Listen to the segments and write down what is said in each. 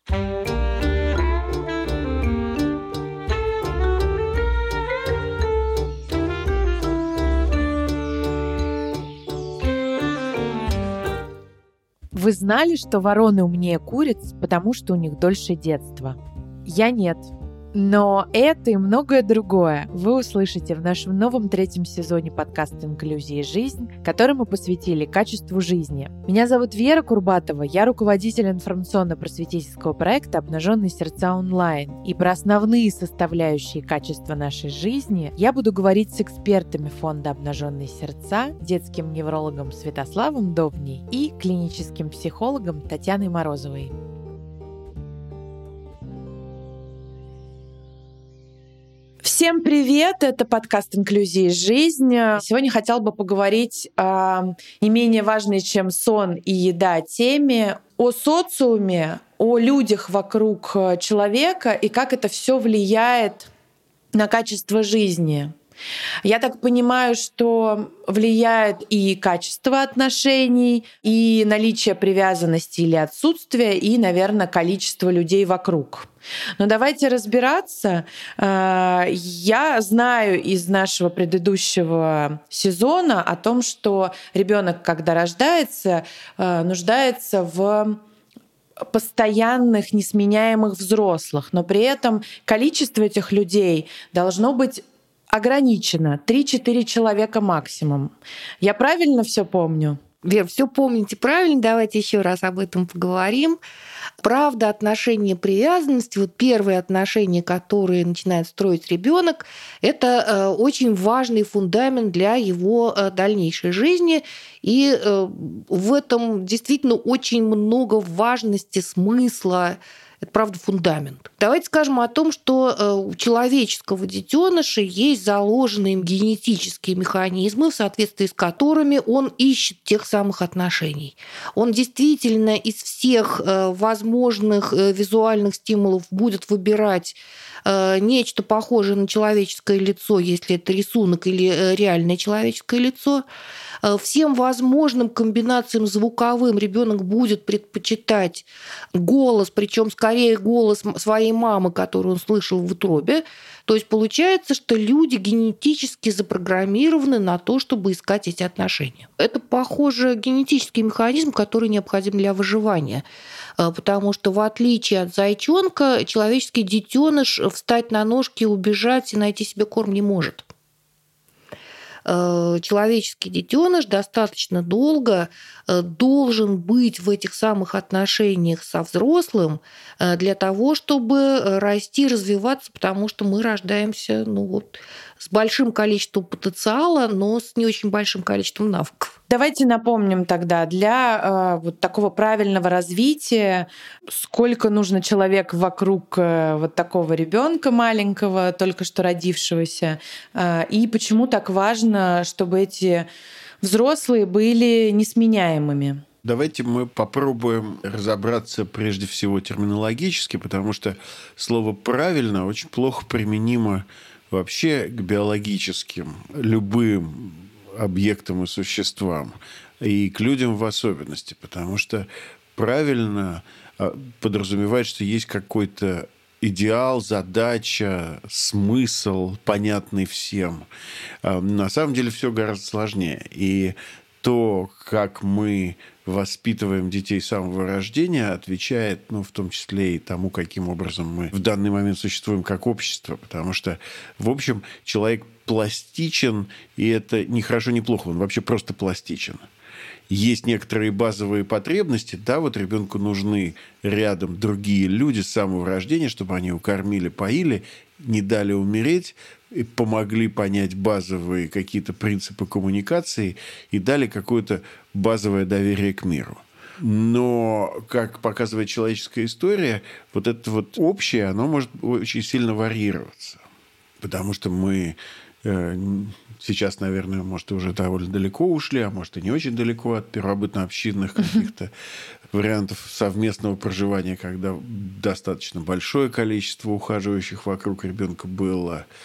Вы знали, что вороны умнее куриц, потому что у них дольше детства? Я нет. Но это и многое другое вы услышите в нашем новом 3-м сезоне подкаста «Инклюзия и жизнь», который мы посвятили качеству жизни. Меня зовут Вера Курбатова, я руководитель информационно-просветительского проекта «Обнаженные сердца онлайн». И про основные составляющие качества нашей жизни я буду говорить с экспертами фонда «Обнаженные сердца», детским неврологом Святославом Довней и клиническим психологом Татьяной Морозовой. Всем привет! Это подкаст «Инклюзия и жизнь». Сегодня хотела бы поговорить о не менее важной, чем сон и еда, теме о социуме, о людях вокруг человека и как это все влияет на качество жизни. Я так понимаю, что влияет и качество отношений, и наличие привязанности или отсутствие, и, наверное, количество людей вокруг. Но давайте разбираться. Я знаю из нашего предыдущего сезона о том, что ребенок, когда рождается, нуждается в постоянных, несменяемых взрослых, но при этом количество этих людей должно быть ограничено. 3-4 человека максимум. Я правильно все помню? Вер, все помните правильно, давайте еще раз об этом поговорим. Правда, отношения привязанности, вот первые отношения, которые начинает строить ребенок, это очень важный фундамент для его дальнейшей жизни. И в этом действительно очень много важности, смысла. Это, правда, фундамент. Давайте скажем о том, что у человеческого детеныша есть заложенные генетические механизмы, в соответствии с которыми он ищет тех самых отношений. Он действительно из всех возможных визуальных стимулов будет выбирать нечто похожее на человеческое лицо, если это рисунок или реальное человеческое лицо. Всем возможным комбинациям звуковым ребенок будет предпочитать голос, причем скорее голос своей мамы, которую он слышал в утробе. То есть получается, что люди генетически запрограммированы на то, чтобы искать эти отношения. Это, похоже, генетический механизм, который необходим для выживания. Потому что, в отличие от зайчонка, человеческий детеныш встать на ножки, убежать и найти себе корм не может. Человеческий детеныш достаточно долго должен быть в этих самых отношениях со взрослым для того, чтобы расти, развиваться, потому что мы рождаемся с большим количеством потенциала, но с не очень большим количеством навыков. Давайте напомним тогда, для вот такого правильного развития, сколько нужно человек вокруг вот такого ребенка маленького, только что родившегося, и почему так важно, чтобы эти взрослые были несменяемыми. Давайте мы попробуем разобраться прежде всего терминологически, потому что слово «правильно» очень плохо применимо вообще к биологическим, любым объектам и существам, и к людям в особенности, потому что правильно подразумевает, что есть какой-то идеал, задача, смысл, понятный всем. На самом деле все гораздо сложнее. И то, как мы воспитываем детей с самого рождения, отвечает, в том числе и тому, каким образом мы в данный момент существуем как общество. Потому что, в общем, человек пластичен, и это ни хорошо, ни плохо, он вообще просто пластичен. Есть некоторые базовые потребности, вот ребенку нужны рядом другие люди с самого рождения, чтобы они его кормили, поили, не дали умереть, и помогли понять базовые какие-то принципы коммуникации и дали какое-то базовое доверие к миру. Но, как показывает человеческая история, вот это вот общее, оно может очень сильно варьироваться. Потому что мы сейчас, наверное, может, уже довольно далеко ушли, а может, и не очень далеко от первобытно-общинных каких-то вариантов совместного проживания, когда достаточно большое количество ухаживающих вокруг ребенка было.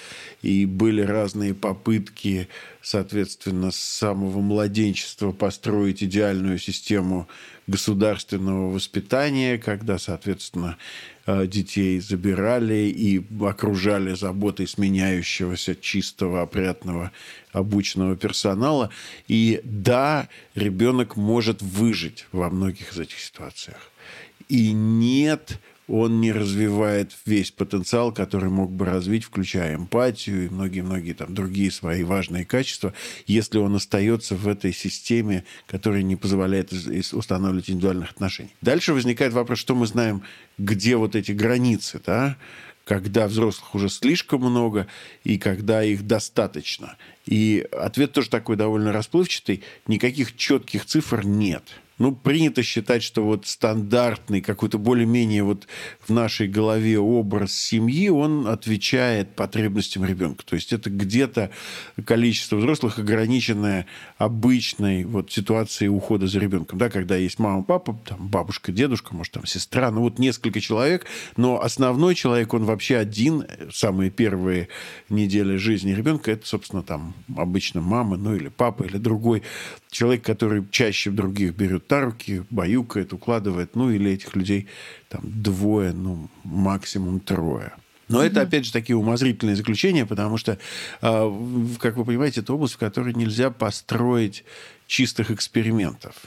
и были разные попытки, соответственно, с самого младенчества построить идеальную систему государственного воспитания, когда, соответственно, детей забирали и окружали заботой сменяющегося чистого, опрятного, обученного персонала. И да, ребенок может выжить во многих из этих ситуациях. И нет, он не развивает весь потенциал, который мог бы развить, включая эмпатию и многие-многие там другие свои важные качества, если он остается в этой системе, которая не позволяет устанавливать индивидуальных отношений. Дальше возникает вопрос, что мы знаем, где вот эти границы, да? Когда взрослых уже слишком много и когда их достаточно. И ответ тоже такой довольно расплывчатый. Никаких четких цифр нет. Принято считать, что вот стандартный, какой-то более-менее вот в нашей голове образ семьи, он отвечает потребностям ребенка. То есть это где-то количество взрослых, ограниченное обычной вот ситуацией ухода за ребенком. Да, когда есть мама, папа, там, бабушка, дедушка, может, там, сестра, несколько человек, но основной человек, он вообще один. Самые первые недели жизни ребенка, это, собственно, там, обычно мама, или папа, или другой человек, который чаще других берет на руки, баюкает, укладывает, или этих людей там 2, максимум 3. Но это, опять же, такие умозрительные заключения, потому что, как вы понимаете, это область, в которой нельзя построить чистых экспериментов.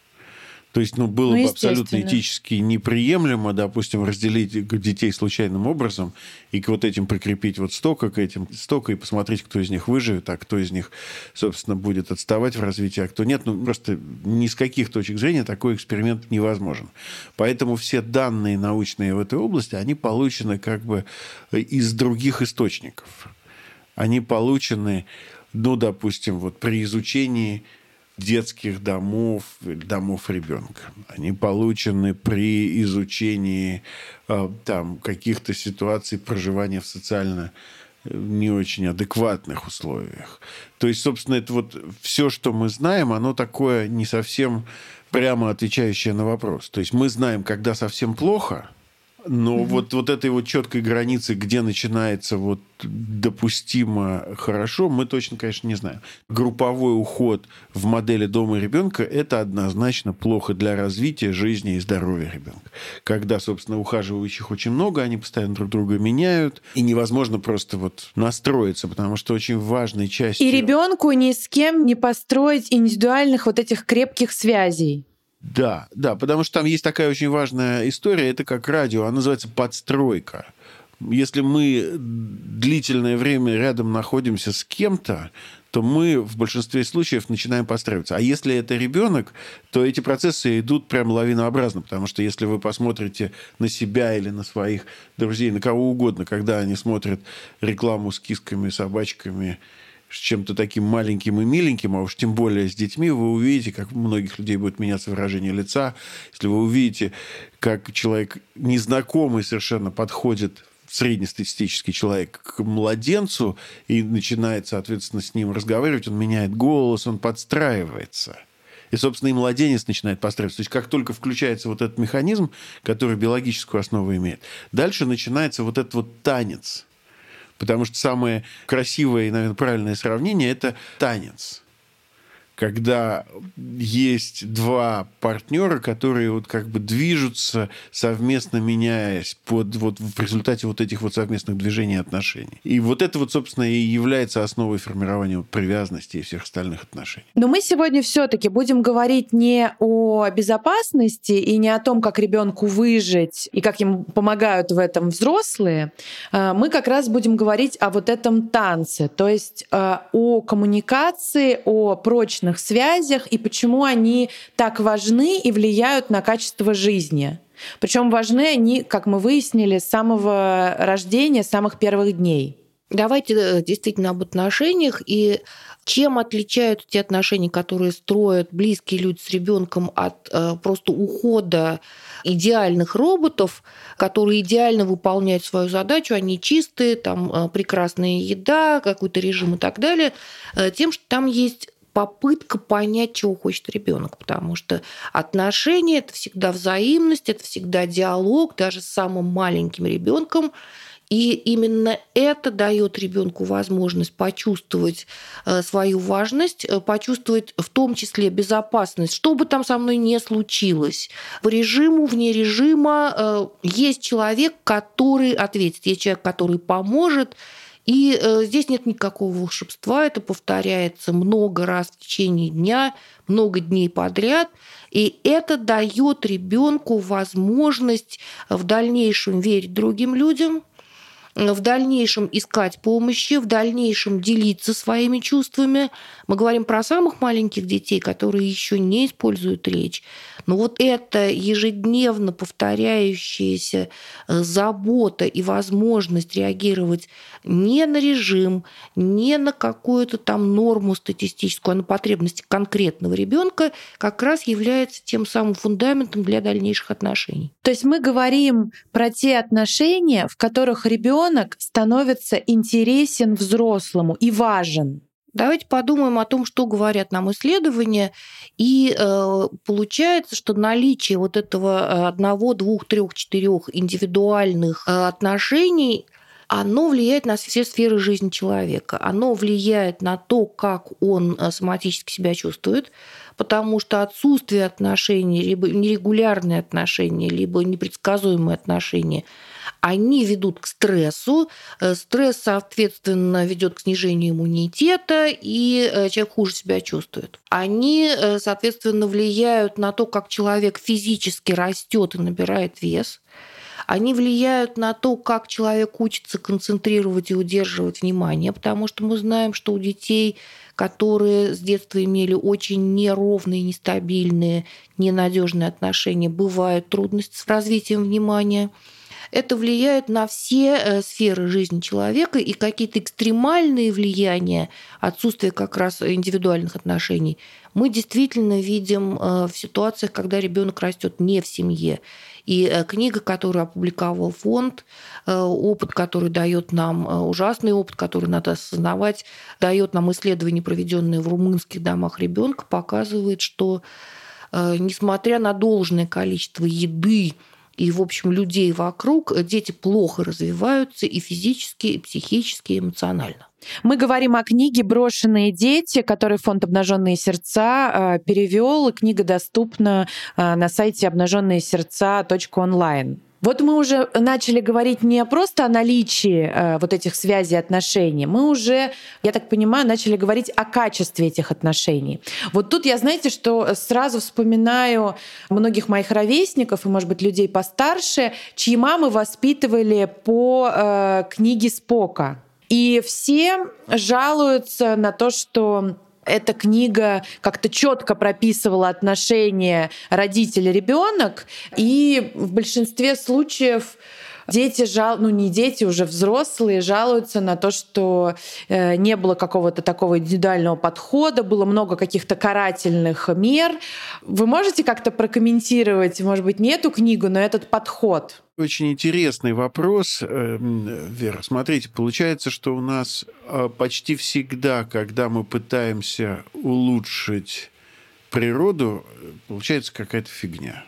То есть, было бы абсолютно этически неприемлемо, допустим, разделить детей случайным образом и к вот этим прикрепить вот столько к этим столько и посмотреть, кто из них выживет, а кто из них, собственно, будет отставать в развитии, а кто нет. Просто ни с каких точек зрения такой эксперимент невозможен. Поэтому все данные научные в этой области, они получены как бы из других источников. Они получены, допустим, вот при изучении детских домов ребенка. Они получены при изучении каких-то ситуаций проживания в социально не очень адекватных условиях. То есть, собственно, это вот все, что мы знаем, оно такое не совсем прямо отвечающее на вопрос. То есть мы знаем, когда совсем плохо, но вот этой вот четкой границы, где начинается вот допустимо хорошо, мы точно, конечно, не знаем. Групповой уход в модели дома ребенка – это однозначно плохо для развития жизни и здоровья ребенка. Когда, собственно, ухаживающих очень много, они постоянно друг друга меняют, и невозможно просто вот настроиться, потому что очень важной частью... И ребенку ни с кем не построить индивидуальных вот этих крепких связей. Да, потому что там есть такая очень важная история, это как радио, она называется подстройка. Если мы длительное время рядом находимся с кем-то, то мы в большинстве случаев начинаем подстраиваться. А если это ребенок, то эти процессы идут прям лавинообразно, потому что если вы посмотрите на себя или на своих друзей, на кого угодно, когда они смотрят рекламу с кисками, собачками, с чем-то таким маленьким и миленьким, а уж тем более с детьми, вы увидите, как у многих людей будет меняться выражение лица. Если вы увидите, как человек незнакомый совершенно подходит, среднестатистический человек, к младенцу и начинает, соответственно, с ним разговаривать, он меняет голос, он подстраивается. И, собственно, и младенец начинает подстраиваться. То есть, как только включается вот этот механизм, который биологическую основу имеет, дальше начинается вот этот вот танец. Потому что самое красивое и, наверное, правильное сравнение – это танец. Когда есть два партнера, которые вот как бы движутся, совместно меняясь в результате вот этих вот совместных движений и отношений. И вот это вот, собственно, и является основой формирования привязанности и всех остальных отношений. Но мы сегодня все-таки будем говорить не о безопасности и не о том, как ребенку выжить и как ему помогают в этом взрослые. Мы как раз будем говорить о вот этом танце, то есть о коммуникации, о прочных связях и почему они так важны и влияют на качество жизни. Причем важны они, как мы выяснили, с самого рождения, с самых первых дней. Давайте действительно об отношениях и чем отличают те отношения, которые строят близкие люди с ребенком от просто ухода идеальных роботов, которые идеально выполняют свою задачу, они чистые, там прекрасная еда, какой-то режим и так далее, тем, что там есть попытка понять, чего хочет ребенок, потому что отношения – это всегда взаимность, это всегда диалог, даже с самым маленьким ребенком. И именно это дает ребенку возможность почувствовать свою важность, почувствовать в том числе безопасность, что бы там со мной ни случилось. По режиму, вне режима есть человек, который ответит, есть человек, который поможет. И здесь нет никакого волшебства, это повторяется много раз в течение дня, много дней подряд. И это дает ребенку возможность в дальнейшем верить другим людям, в дальнейшем искать помощи, в дальнейшем делиться своими чувствами. Мы говорим про самых маленьких детей, которые еще не используют речь. Но вот эта ежедневно повторяющаяся забота и возможность реагировать не на режим, не на какую-то там норму статистическую, а на потребности конкретного ребенка как раз является тем самым фундаментом для дальнейших отношений. То есть мы говорим про те отношения, в которых ребенок становится интересен взрослому и важен. Давайте подумаем о том, что говорят нам исследования. И получается, что наличие вот этого 1, 2, 3, 4 индивидуальных отношений, оно влияет на все сферы жизни человека. Оно влияет на то, как он соматически себя чувствует, потому что отсутствие отношений, либо нерегулярные отношения, либо непредсказуемые отношения, они ведут к стрессу. Стресс, соответственно, ведет к снижению иммунитета, и человек хуже себя чувствует. Они, соответственно, влияют на то, как человек физически растет и набирает вес. Они влияют на то, как человек учится концентрировать и удерживать внимание, потому что мы знаем, что у детей, которые с детства имели очень неровные, нестабильные, ненадежные отношения, бывают трудности с развитием внимания. Это влияет на все сферы жизни человека, и какие-то экстремальные влияния, отсутствие как раз индивидуальных отношений, мы действительно видим в ситуациях, когда ребенок растет не в семье. И книга, которую опубликовал фонд, опыт, который дает нам, ужасный опыт, который надо осознавать, дает нам исследования, проведенные в румынских домах ребенка, показывает, что несмотря на должное количество еды и, в общем, людей вокруг, дети плохо развиваются и физически, и психически, и эмоционально. Мы говорим о книге «Брошенные дети», которую фонд «Обнаженные сердца» перевел. Книга доступна на сайте обнаженные-сердца.онлайн. Вот мы уже начали говорить не просто о наличии вот этих связей отношений, мы уже, я так понимаю, начали говорить о качестве этих отношений. Вот тут я, знаете, что сразу вспоминаю многих моих ровесников и, может быть, людей постарше, чьи мамы воспитывали по книге Спока. И все жалуются на то, что эта книга как-то четко прописывала отношения родитель-ребенок, и в большинстве случаев дети не дети, уже взрослые, жалуются на то, что не было какого-то такого индивидуального подхода, было много каких-то карательных мер. Вы можете как-то прокомментировать, может быть, не эту книгу, но этот подход? Очень интересный вопрос, Вера. Смотрите, получается, что у нас почти всегда, когда мы пытаемся улучшить природу, получается какая-то фигня.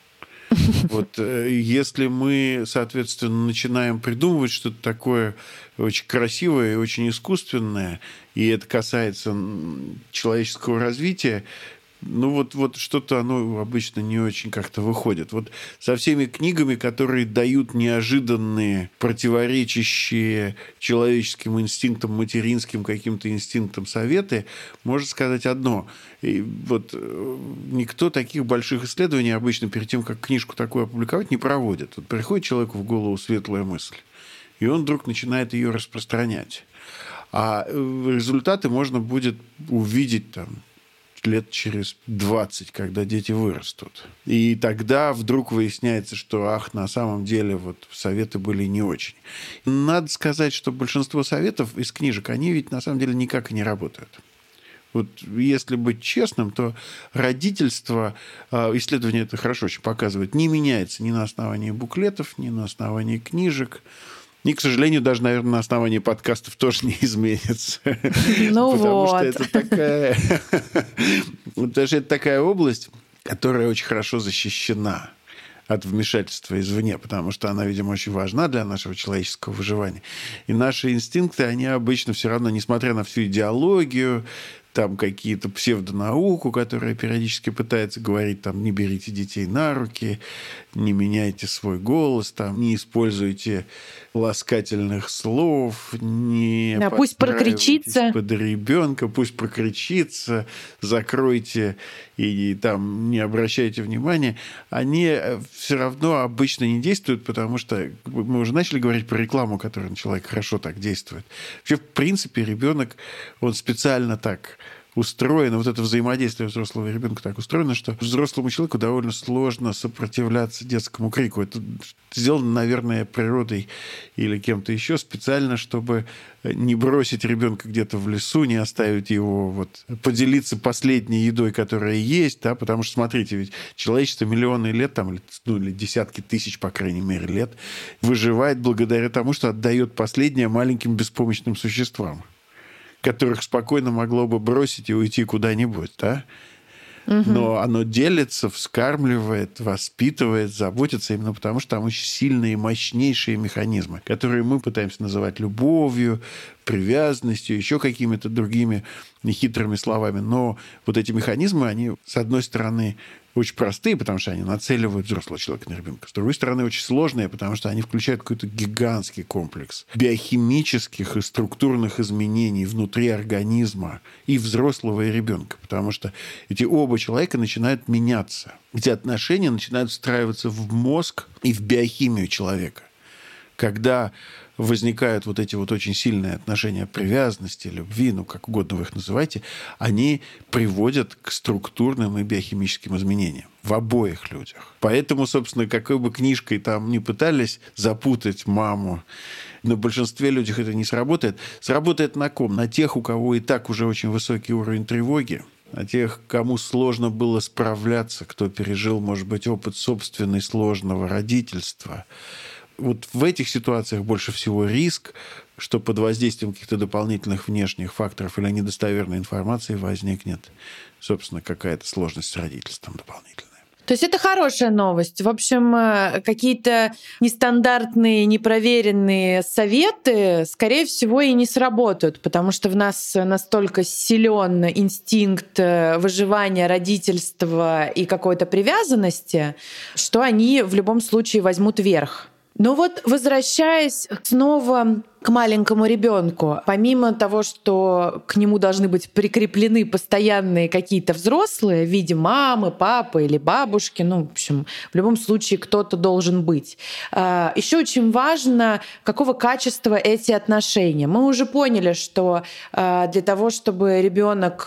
Вот если мы, соответственно, начинаем придумывать что-то такое очень красивое и очень искусственное, и это касается человеческого развития, вот что-то оно обычно не очень как-то выходит. Вот со всеми книгами, которые дают неожиданные, противоречащие человеческим инстинктам, материнским каким-то инстинктам советы, можно сказать одно. И вот никто таких больших исследований обычно перед тем, как книжку такую опубликовать, не проводит. Вот приходит человеку в голову светлая мысль, и он вдруг начинает ее распространять. А результаты можно будет увидеть там лет через 20, когда дети вырастут. И тогда вдруг выясняется, что, на самом деле, вот советы были не очень. Надо сказать, что большинство советов из книжек, они ведь на самом деле никак и не работают. Вот если быть честным, то родительство, исследование это хорошо очень показывает, не меняется ни на основании буклетов, ни на основании книжек. И, к сожалению, даже, наверное, на основании подкастов тоже не изменится. Потому что это такая область, которая очень хорошо защищена. от вмешательства извне, потому что она, видимо, очень важна для нашего человеческого выживания. И наши инстинкты, они обычно все равно, несмотря на всю идеологию, там какие-то псевдонауку, которая периодически пытается говорить, там, не берите детей на руки, не меняйте свой голос, там, не используйте ласкательных слов, не пусть прокричится под ребенка, пусть прокричится, закройте и там не обращайте внимания, они все равно обычно не действуют, потому что мы уже начали говорить про рекламу, которая на человека хорошо так действует. Вообще, в принципе, ребенок, он специально так устроено, вот это взаимодействие взрослого и ребенка так устроено, что взрослому человеку довольно сложно сопротивляться детскому крику. Это сделано, наверное, природой или кем-то еще специально, чтобы не бросить ребенка где-то в лесу, не оставить его поделиться последней едой, которая есть, да, потому что, смотрите, ведь человечество миллионы лет, там, или десятки тысяч, по крайней мере, лет, выживает благодаря тому, что отдает последнее маленьким беспомощным существам, которых спокойно могло бы бросить и уйти куда-нибудь, да? Но оно делится, вскармливает, воспитывает, заботится именно потому, что там очень сильные и мощнейшие механизмы, которые мы пытаемся называть любовью, привязанностью, еще какими-то другими нехитрыми словами. Но вот эти механизмы, они, с одной стороны, очень простые, потому что они нацеливают взрослого человека на ребенка. С другой стороны, очень сложные, потому что они включают какой-то гигантский комплекс биохимических и структурных изменений внутри организма и взрослого, и ребенка. Потому что эти оба человека начинают меняться. Эти отношения начинают встраиваться в мозг и в биохимию человека. Когда возникают вот эти вот очень сильные отношения привязанности, любви, как угодно вы их называйте, они приводят к структурным и биохимическим изменениям в обоих людях. Поэтому, собственно, какой бы книжкой там ни пытались запутать маму, на большинстве людей это не сработает. Сработает на ком? На тех, у кого и так уже очень высокий уровень тревоги, на тех, кому сложно было справляться, кто пережил, может быть, опыт собственного сложного родительства. Вот в этих ситуациях больше всего риск, что под воздействием каких-то дополнительных внешних факторов или недостоверной информации возникнет, собственно, какая-то сложность с родительством дополнительная. То есть это хорошая новость. В общем, какие-то нестандартные, непроверенные советы, скорее всего, и не сработают, потому что в нас настолько силен инстинкт выживания, родительства и какой-то привязанности, что они в любом случае возьмут верх. Но вот возвращаясь снова к маленькому ребенку, помимо того, что к нему должны быть прикреплены постоянные какие-то взрослые в виде мамы, папы или бабушки, в общем, в любом случае кто-то должен быть. Еще очень важно, какого качества эти отношения. Мы уже поняли, что для того, чтобы ребенок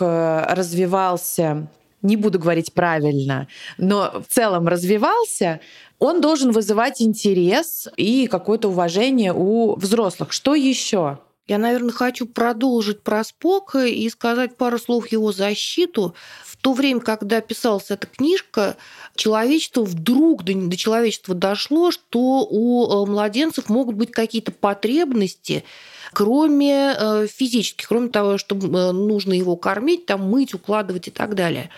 развивался, не буду говорить правильно, но в целом развивался, он должен вызывать интерес и какое-то уважение у взрослых. Что еще? Я, наверное, хочу продолжить про Спока и сказать пару слов в его защиту. В то время, когда писалась эта книжка, человечество вдруг до человечества дошло, что у младенцев могут быть какие-то потребности, кроме физических, кроме того, что нужно его кормить, мыть, укладывать и так далее.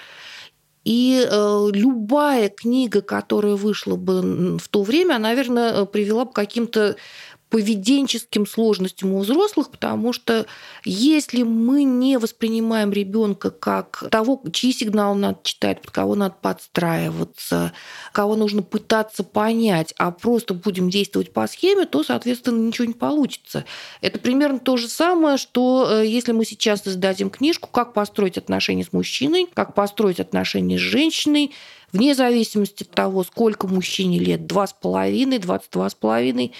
И любая книга, которая вышла бы в то время, наверное, привела бы к каким-то поведенческим сложностям у взрослых, потому что если мы не воспринимаем ребенка как того, чьи сигналы надо читать, под кого надо подстраиваться, кого нужно пытаться понять, а просто будем действовать по схеме, то, соответственно, ничего не получится. Это примерно то же самое, что если мы сейчас издадим книжку «Как построить отношения с мужчиной», «Как построить отношения с женщиной», вне зависимости от того, сколько мужчине лет, 2,5, 22,5,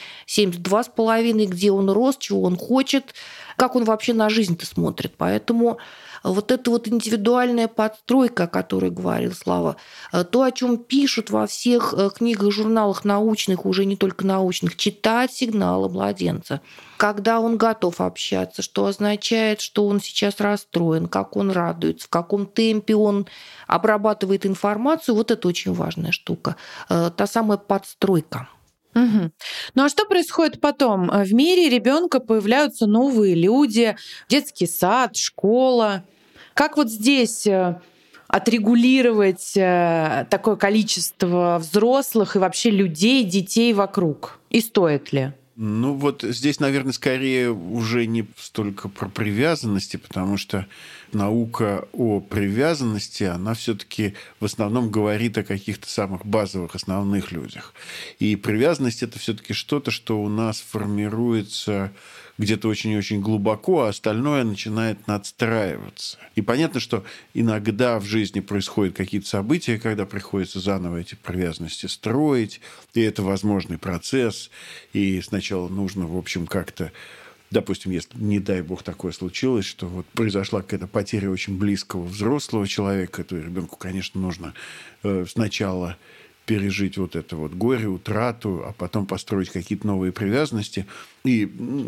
72,5, где он рос, чего он хочет, как он вообще на жизнь-то смотрит. Поэтому вот эта вот индивидуальная подстройка, о которой говорил Слава, то, о чем пишут во всех книгах, журналах научных, уже не только научных, читать сигналы младенца, когда он готов общаться, что означает, что он сейчас расстроен, как он радуется, в каком темпе он обрабатывает информацию, вот это очень важная штука, та самая подстройка. Угу. Ну а что происходит потом? В мире ребенка появляются новые люди, детский сад, школа. Как вот здесь отрегулировать такое количество взрослых и вообще людей, детей вокруг? И стоит ли? Ну вот здесь, наверное, скорее уже не столько про привязанности, потому что наука о привязанности, она все-таки в основном говорит о каких-то самых базовых, основных людях. И привязанность – это все-таки что-то, что у нас формируется где-то очень-очень глубоко, а остальное начинает надстраиваться. И понятно, что иногда в жизни происходят какие-то события, когда приходится заново эти привязанности строить, и это возможный процесс, и сначала нужно, в общем, как-то, допустим, если, не дай бог, такое случилось, что вот произошла какая-то потеря очень близкого взрослого человека, то ребенку, конечно, нужно сначала пережить вот это вот горе, утрату, а потом построить какие-то новые привязанности. И,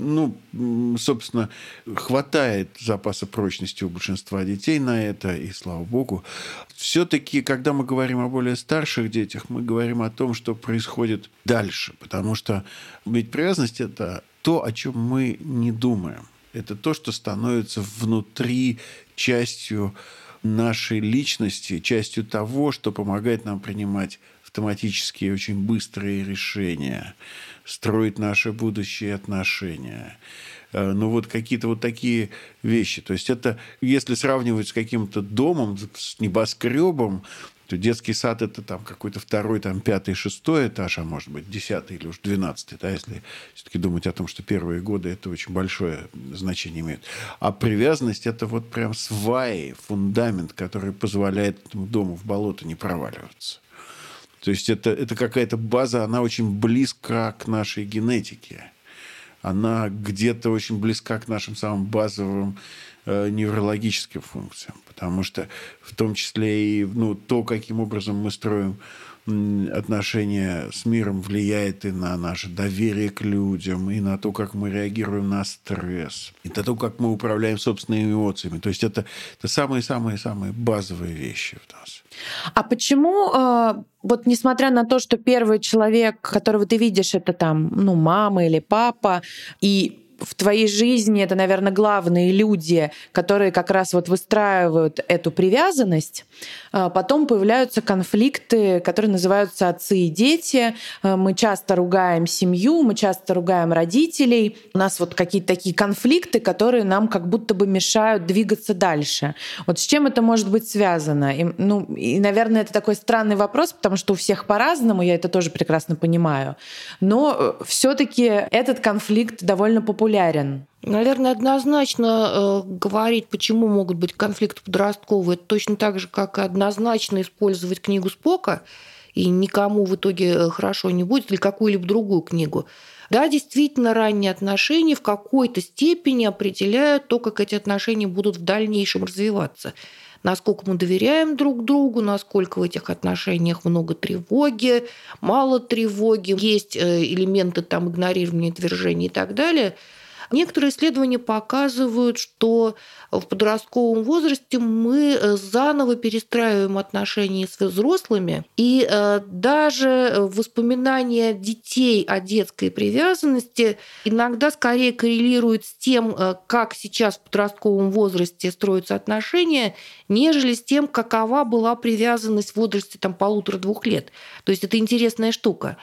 собственно, хватает запаса прочности у большинства детей на это, и слава богу. Все-таки, когда мы говорим о более старших детях, мы говорим о том, что происходит дальше, потому что ведь привязанность – это то, о чем мы не думаем. Это то, что становится внутри частью нашей личности, частью того, что помогает нам принимать автоматические, очень быстрые решения, строить наши будущие отношения. Ну, вот какие-то вот такие вещи. То есть это, если сравнивать с каким-то домом, с небоскребом, то детский сад – это там какой-то 2-й, там 5-й, 6-й этаж, а может быть 10-й или уж 12-й, да, если все-таки думать о том, что первые годы это очень большое значение имеет. А привязанность – это вот прям сваи, фундамент, который позволяет этому дому в болото не проваливаться. То есть это какая-то база, она очень близка к нашей генетике. Она где-то очень близка к нашим самым базовым неврологическим функциям. Потому что в том числе и то, каким образом мы строим отношения с миром, влияет и на наше доверие к людям, и на то, как мы реагируем на стресс, и на то, как мы управляем собственными эмоциями. То есть это самые-самые-самые базовые вещи в нас. А почему, вот несмотря на то, что первый человек, которого ты видишь, это там, мама или папа, и в твоей жизни это, наверное, главные люди, которые как раз вот выстраивают эту привязанность, потом появляются конфликты, которые называются отцы и дети. Мы часто ругаем семью, мы часто ругаем родителей. У нас вот какие-то такие конфликты, которые нам как будто бы мешают двигаться дальше. Вот с чем это может быть связано? И, наверное, это такой странный вопрос, потому что у всех по-разному, я это тоже прекрасно понимаю. Но все-таки этот конфликт довольно популярен. Наверное, однозначно говорить, почему могут быть конфликты подростковые, это точно так же, как и однозначно использовать книгу Спока, и никому в итоге хорошо не будет, или какую-либо другую книгу. Да, действительно, ранние отношения в какой-то степени определяют то, как эти отношения будут в дальнейшем развиваться. Насколько мы доверяем друг другу, насколько в этих отношениях много тревоги, мало тревоги, есть элементы там игнорирования, отвержения и так далее. Некоторые исследования показывают, что в подростковом возрасте мы заново перестраиваем отношения с взрослыми, и даже воспоминания детей о детской привязанности иногда скорее коррелируют с тем, как сейчас в подростковом возрасте строятся отношения, нежели с тем, какова была привязанность в возрасте 1,5-2 лет. То есть это интересная штука.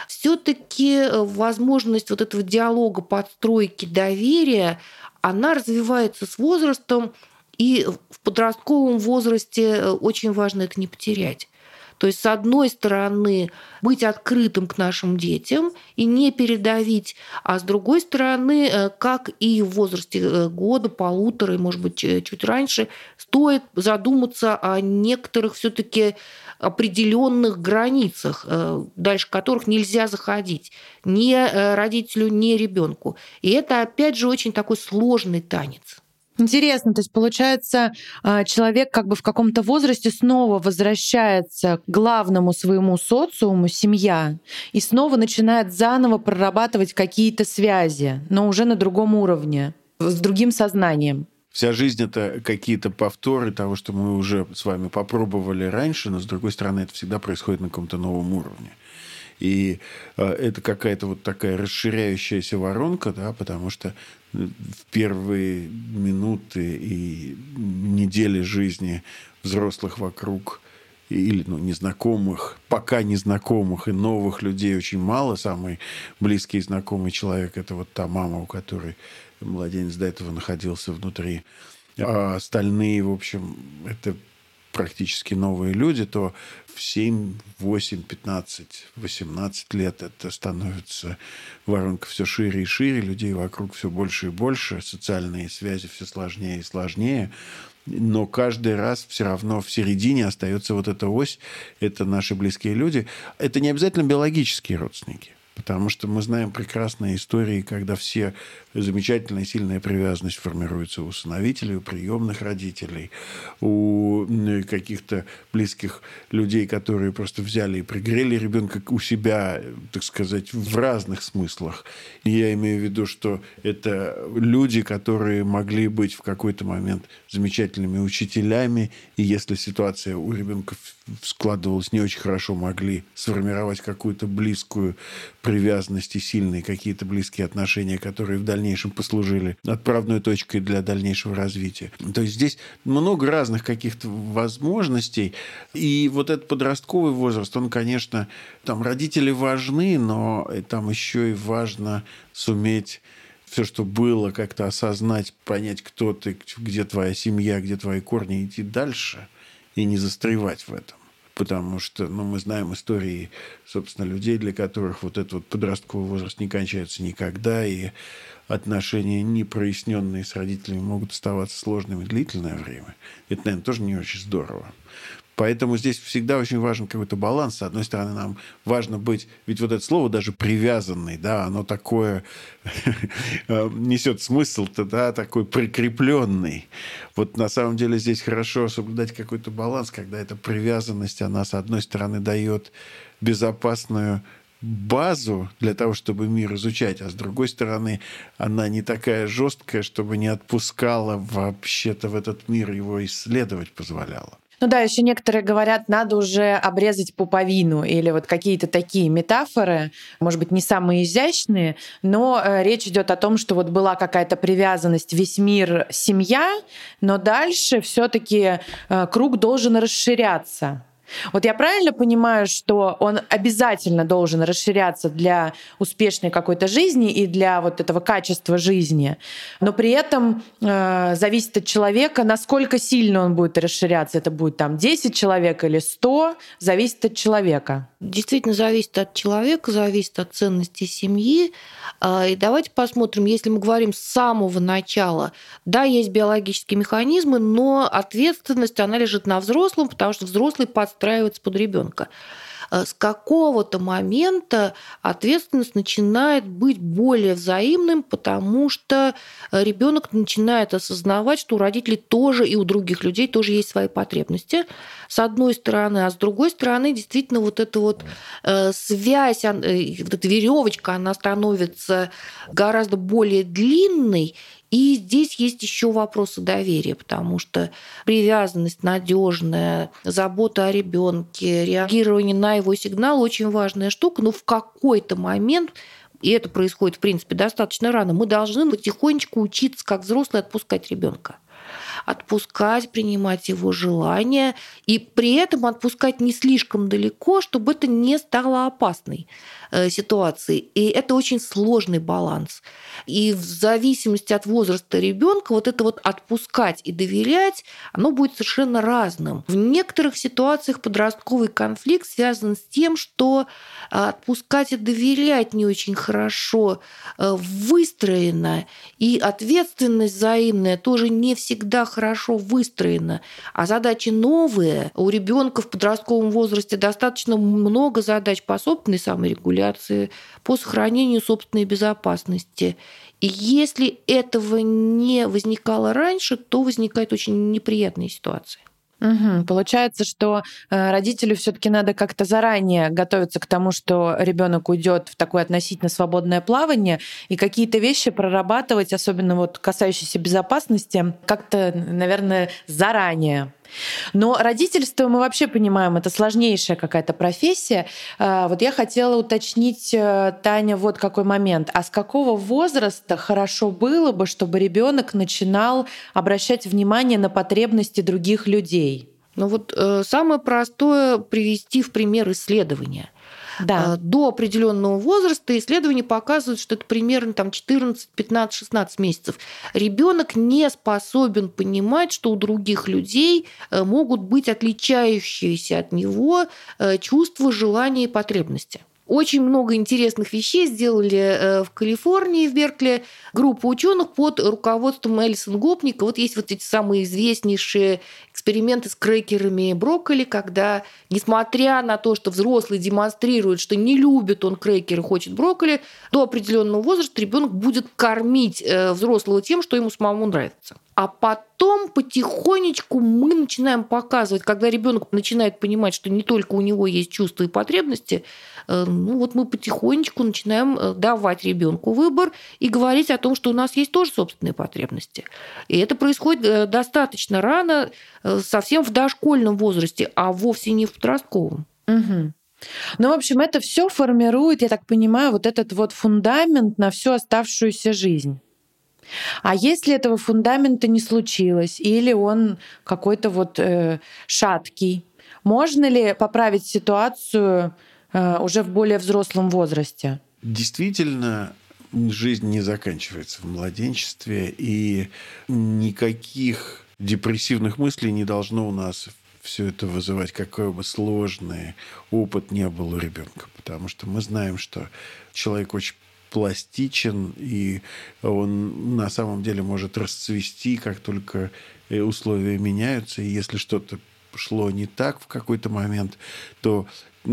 Все-таки возможность вот этого диалога, подстройки доверия, она развивается с возрастом, и в подростковом возрасте очень важно это не потерять. То есть, с одной стороны, быть открытым к нашим детям и не передавить, а с другой стороны, как и в возрасте года, 1,5, может быть, чуть раньше, стоит задуматься о некоторых все-таки определенных границах, дальше которых нельзя заходить ни родителю, ни ребенку. И это, опять же, очень такой сложный танец. Интересно, то есть получается, человек как бы в каком-то возрасте снова возвращается к главному своему социуму, семья, и снова начинает заново прорабатывать какие-то связи, но уже на другом уровне, с другим сознанием. Вся жизнь – это какие-то повторы того, что мы уже с вами попробовали раньше, но, с другой стороны, это всегда происходит на каком-то новом уровне. И это какая-то вот такая расширяющаяся воронка, да, потому что в первые минуты и недели жизни взрослых вокруг или незнакомых, пока незнакомых и новых людей очень мало. Самый близкий знакомый человек – это вот та мама, у которой младенец до этого находился внутри. А остальные, в общем, это практически новые люди, то в 7, 8, 15, 18 лет это становится воронка все шире и шире, людей вокруг все больше и больше, социальные связи все сложнее и сложнее. Но каждый раз все равно в середине остается вот эта ось, это наши близкие люди. Это не обязательно биологические родственники. Потому что мы знаем прекрасные истории, когда все замечательная сильная привязанность формируется у усыновителей, у приемных родителей, у каких-то близких людей, которые просто взяли и пригрели ребенка у себя, так сказать, в разных смыслах. И я имею в виду, что это люди, которые могли быть в какой-то момент замечательными учителями, и если ситуация у ребенка складывалась не очень хорошо, могли сформировать какую-то близкую привязанность и сильные какие-то близкие отношения, которые в дальнейшем послужили отправной точкой для дальнейшего развития. То есть здесь много разных каких-то возможностей. И вот этот подростковый возраст, он, конечно, там родители важны, но там еще и важно суметь все, что было, как-то осознать, понять, кто ты, где твоя семья, где твои корни, идти дальше и не застревать в этом. Потому что мы знаем истории, собственно, людей, для которых вот этот вот подростковый возраст не кончается никогда, и отношения, не проясненные с родителями, могут оставаться сложными длительное время. Это, наверное, тоже не очень здорово. Поэтому здесь всегда очень важен какой-то баланс. С одной стороны, нам важно быть... Ведь вот это слово даже «привязанный», да, оно такое несет смысл-то, да, такой прикрепленный. Вот на самом деле здесь хорошо соблюдать какой-то баланс, когда эта привязанность, она, с одной стороны, дает безопасную базу для того, чтобы мир изучать, а с другой стороны, она не такая жесткая, чтобы не отпускала вообще-то в этот мир, его исследовать позволяла. Ну да, еще некоторые говорят, надо уже обрезать пуповину или вот какие-то такие метафоры, может быть, не самые изящные, но речь идет о том, что вот была какая-то привязанность, весь мир, семья, но дальше все-таки круг должен расширяться. Вот я правильно понимаю, что он обязательно должен расширяться для успешной какой-то жизни и для вот этого качества жизни, но при этом зависит от человека, насколько сильно он будет расширяться. Это будет там 10 человек или 100, зависит от человека. Действительно зависит от человека, зависит от ценностей семьи. И давайте посмотрим, если мы говорим с самого начала, да, есть биологические механизмы, но ответственность, она лежит на взрослом, потому что взрослый подстраивается под ребенка. С какого-то момента ответственность начинает быть более взаимным, потому что ребенок начинает осознавать, что у родителей тоже и у других людей тоже есть свои потребности, с одной стороны, а с другой стороны, действительно, вот эта вот связь, вот эта веревочка, она становится гораздо более длинной. И здесь есть еще вопросы доверия, потому что привязанность надежная, забота о ребенке, реагирование на его сигнал очень важная штука, но в какой-то момент, и это происходит, в принципе, достаточно рано, мы должны потихонечку учиться, как взрослые, отпускать ребенка. Отпускать, принимать его желания, и при этом отпускать не слишком далеко, чтобы это не стало опасной ситуацией. И это очень сложный баланс. И в зависимости от возраста ребенка вот это вот отпускать и доверять, оно будет совершенно разным. В некоторых ситуациях подростковый конфликт связан с тем, что отпускать и доверять не очень хорошо выстроено, и ответственность взаимная тоже не всегда хорошо выстроена. А задачи новые. У ребенка в подростковом возрасте достаточно много задач по собственной саморегуляции, по сохранению собственной безопасности. И если этого не возникало раньше, то возникают очень неприятные ситуации. Угу. Получается, что родителю все-таки надо как-то заранее готовиться к тому, что ребенок уйдет в такое относительно свободное плавание, и какие-то вещи прорабатывать, особенно вот касающиеся безопасности, как-то, наверное, заранее. Но родительство, мы вообще понимаем, это сложнейшая какая-то профессия. Вот я хотела уточнить, Таня, вот какой момент. А с какого возраста хорошо было бы, чтобы ребенок начинал обращать внимание на потребности других людей? Ну вот самое простое привести в пример исследования. Да. До определенного возраста исследования показывают, что это примерно 14, 15, 16 месяцев. Ребенок не способен понимать, что у других людей могут быть отличающиеся от него чувства, желания и потребности. Очень много интересных вещей сделали в Калифорнии, в Беркли, группа ученых под руководством Элисон Гопника. Вот есть вот эти самые известнейшие эксперименты с крекерами и брокколи, когда, несмотря на то, что взрослый демонстрирует, что не любит он крекеры, хочет брокколи, до определенного возраста ребенок будет кормить взрослого тем, что ему самому нравится. А потом потихонечку мы начинаем показывать, когда ребенок начинает понимать, что не только у него есть чувства и потребности, ну вот мы потихонечку начинаем давать ребенку выбор и говорить о том, что у нас есть тоже собственные потребности. И это происходит достаточно рано, совсем в дошкольном возрасте, а вовсе не в подростковом. Угу. Ну, в общем, это все формирует, я так понимаю, вот этот вот фундамент на всю оставшуюся жизнь. А если этого фундамента не случилось, или он какой-то вот шаткий, можно ли поправить ситуацию уже в более взрослом возрасте? Действительно, жизнь не заканчивается в младенчестве, и никаких депрессивных мыслей не должно у нас все это вызывать, какой бы сложный опыт не был у ребенка. Потому что мы знаем, что человек очень пластичен, и он на самом деле может расцвести, как только условия меняются. И если что-то шло не так в какой-то момент, то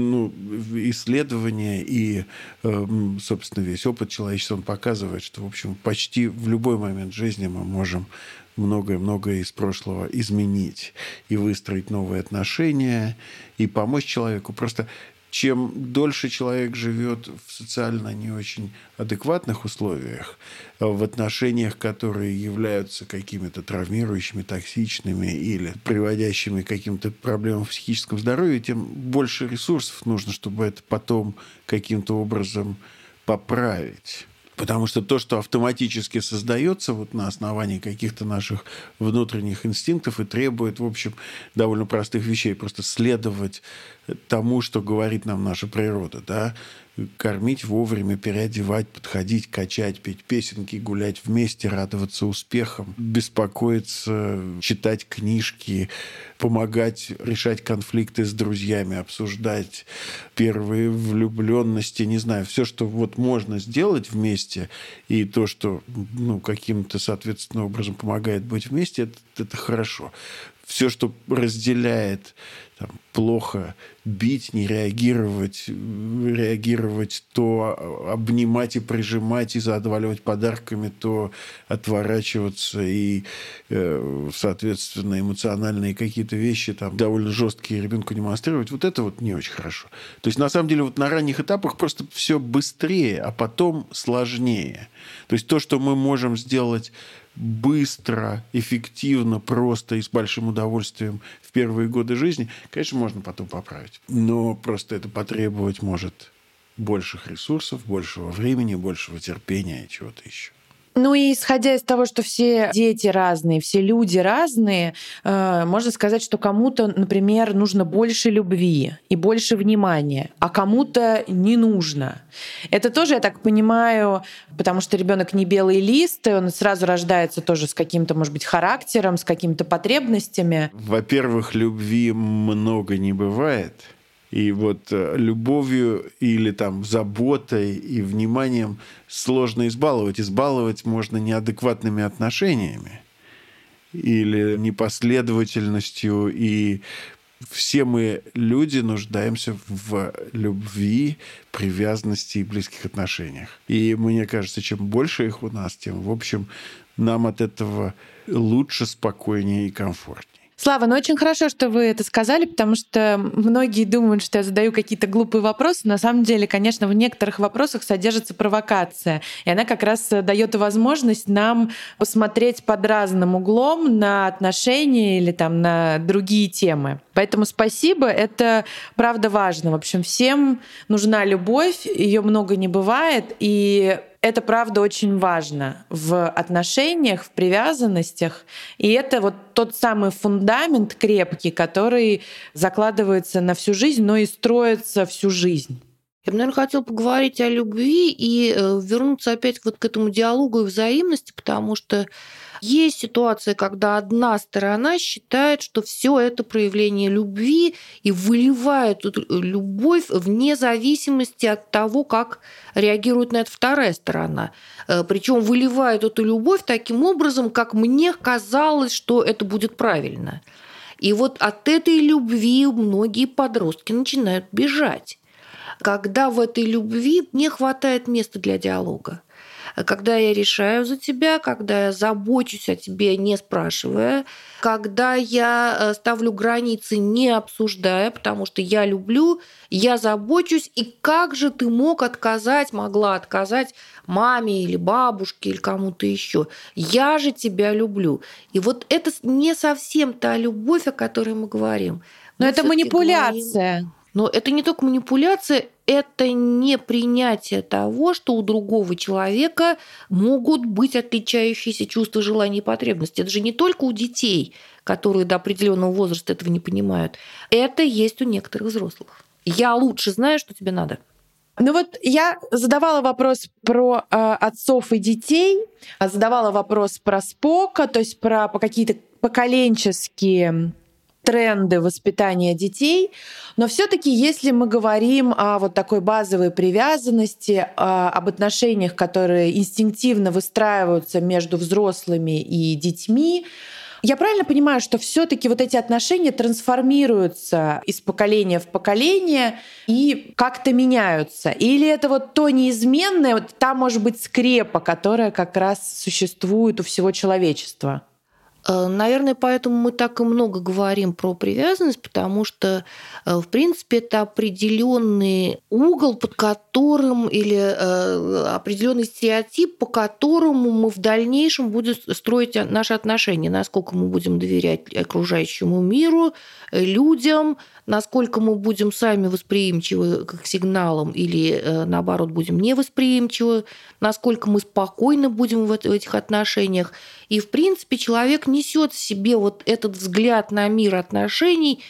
исследования и, собственно, весь опыт человечества, он показывает, что, в общем, почти в любой момент жизни мы можем многое-многое из прошлого изменить и выстроить новые отношения, и помочь человеку. Просто чем дольше человек живет в социально не очень адекватных условиях, в отношениях, которые являются какими-то травмирующими, токсичными или приводящими к каким-то проблемам в психическом здоровье, тем больше ресурсов нужно, чтобы это потом каким-то образом поправить. Потому что то, что автоматически создается вот на основании каких-то наших внутренних инстинктов и требует, в общем, довольно простых вещей, просто следовать тому, что говорит нам наша природа, да? Кормить вовремя, переодевать, подходить, качать, петь песенки, гулять вместе, радоваться успехам, беспокоиться, читать книжки, помогать решать конфликты с друзьями, обсуждать первые влюбленности, не знаю, все, что вот можно сделать вместе, и то, что каким-то, соответственно, образом помогает быть вместе, это хорошо. Все, что разделяет, плохо бить, не реагировать, то обнимать и прижимать, и заваливать подарками, то отворачиваться, и, соответственно, эмоциональные какие-то вещи довольно жесткие ребенку демонстрировать, вот это вот не очень хорошо. То есть, на самом деле, вот на ранних этапах просто все быстрее, а потом сложнее. То есть, то, что мы можем сделать быстро, эффективно, просто и с большим удовольствием в первые годы жизни, конечно, можно потом поправить. Но просто это потребовать может больших ресурсов, большего времени, большего терпения и чего-то еще. Ну и исходя из того, что все дети разные, все люди разные, можно сказать, что кому-то, например, нужно больше любви и больше внимания, а кому-то не нужно. Это тоже, я так понимаю, потому что ребенок не белый лист, и он сразу рождается тоже с каким-то, может быть, характером, с какими-то потребностями. Во-первых, любви много не бывает. И вот любовью или заботой и вниманием сложно избаловать. Избаловать можно неадекватными отношениями или непоследовательностью. И все мы, люди, нуждаемся в любви, привязанности и близких отношениях. И мне кажется, чем больше их у нас, тем, в общем, нам от этого лучше, спокойнее и комфортнее. Слава, очень хорошо, что вы это сказали, потому что многие думают, что я задаю какие-то глупые вопросы. На самом деле, конечно, в некоторых вопросах содержится провокация. И она как раз дает возможность нам посмотреть под разным углом на отношения или там на другие темы. Поэтому спасибо, это правда важно. В общем, всем нужна любовь, ее много не бывает, и это правда очень важно в отношениях, в привязанностях. И это вот тот самый фундамент крепкий, который закладывается на всю жизнь, но и строится всю жизнь. Я бы, наверное, хотела поговорить о любви и вернуться опять вот к этому диалогу и взаимности, потому что есть ситуация, когда одна сторона считает, что все это проявление любви и выливает эту любовь вне зависимости от того, как реагирует на это вторая сторона. Причем выливает эту любовь таким образом, как мне казалось, что это будет правильно. И вот от этой любви многие подростки начинают бежать. Когда в этой любви не хватает места для диалога. Когда я решаю за тебя, когда я забочусь о тебе, не спрашивая, когда я ставлю границы, не обсуждая, потому что я люблю, я забочусь, и как же ты могла отказать маме или бабушке или кому-то еще? Я же тебя люблю. И вот это не совсем та любовь, о которой мы говорим. Но это манипуляция. Но это не только манипуляция, это не принятие того, что у другого человека могут быть отличающиеся чувства, желания и потребности. Это же не только у детей, которые до определенного возраста этого не понимают. Это есть у некоторых взрослых. Я лучше знаю, что тебе надо. Ну вот я задавала вопрос про отцов и детей, задавала вопрос про Спока, то есть про какие-то поколенческие тренды воспитания детей. Но все-таки, если мы говорим о вот такой базовой привязанности, об отношениях, которые инстинктивно выстраиваются между взрослыми и детьми, я правильно понимаю, что все-таки вот эти отношения трансформируются из поколения в поколение и как-то меняются? Или это вот то неизменное, вот та, может быть, скрепа, которая как раз существует у всего человечества? Наверное, поэтому мы так и много говорим про привязанность, потому что, в принципе, это определенный угол, под которым или определенный стереотип, по которому мы в дальнейшем будем строить наши отношения, насколько мы будем доверять окружающему миру, людям, насколько мы будем сами восприимчивы к сигналам или, наоборот, будем невосприимчивы, насколько мы спокойно будем в этих отношениях. И, в принципе, человек несет в себе вот этот взгляд на мир отношений,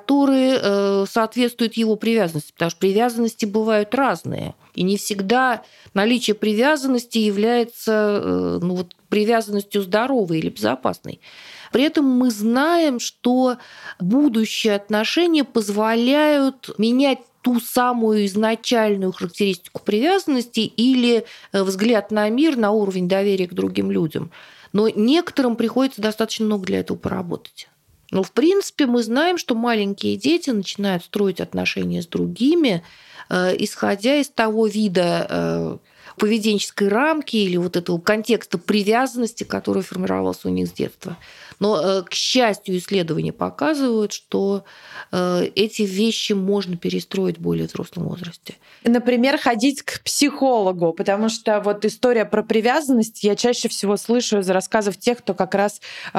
который соответствует его привязанности, потому что привязанности бывают разные. И не всегда наличие привязанности является привязанностью здоровой или безопасной. При этом мы знаем, что будущие отношения позволяют менять ту самую изначальную характеристику привязанности или взгляд на мир, на уровень доверия к другим людям. Но некоторым приходится достаточно много для этого поработать. Но, в принципе, мы знаем, что маленькие дети начинают строить отношения с другими, исходя из того вида поведенческой рамки или вот этого контекста привязанности, который формировался у них с детства. Но, к счастью, исследования показывают, что эти вещи можно перестроить в более взрослом возрасте. Например, ходить к психологу, потому что вот история про привязанность я чаще всего слышу из рассказов тех, кто как раз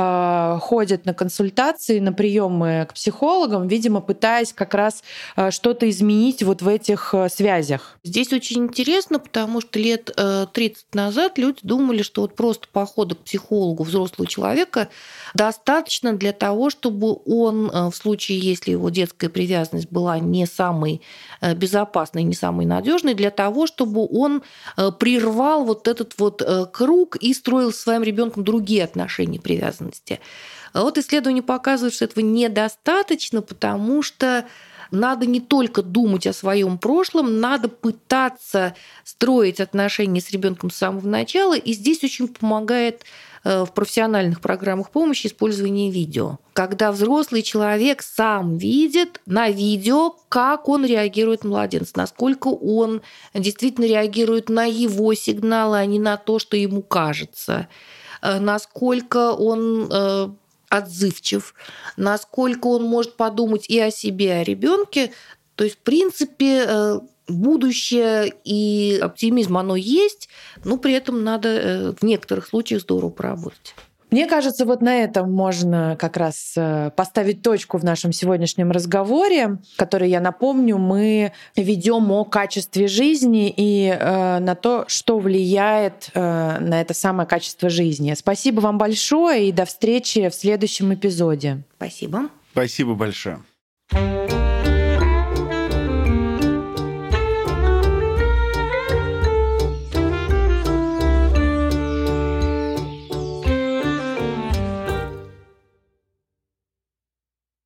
ходит на консультации, на приемы к психологам, видимо, пытаясь как раз что-то изменить вот в этих связях. Здесь очень интересно, потому что лет 30 назад люди думали, что вот просто похода к психологу взрослого человека достаточно для того, чтобы он, в случае, если его детская привязанность была не самой безопасной, не самой надежной, для того, чтобы он прервал вот этот вот круг и строил с своим ребенком другие отношения привязанности. Вот исследования показывают, что этого недостаточно, потому что надо не только думать о своем прошлом, надо пытаться строить отношения с ребенком с самого начала. И здесь очень помогает в профессиональных программах помощи использование видео. Когда взрослый человек сам видит на видео, как он реагирует на младенца, насколько он действительно реагирует на его сигналы, а не на то, что ему кажется, насколько он отзывчив, насколько он может подумать и о себе, и о ребенке. То есть, в принципе, будущее и оптимизм, оно есть, но при этом надо в некоторых случаях здорово поработать. Мне кажется, вот на этом можно как раз поставить точку в нашем сегодняшнем разговоре, который, я напомню, мы ведем о качестве жизни и на то, что влияет на это самое качество жизни. Спасибо вам большое и до встречи в следующем эпизоде. Спасибо. Спасибо большое.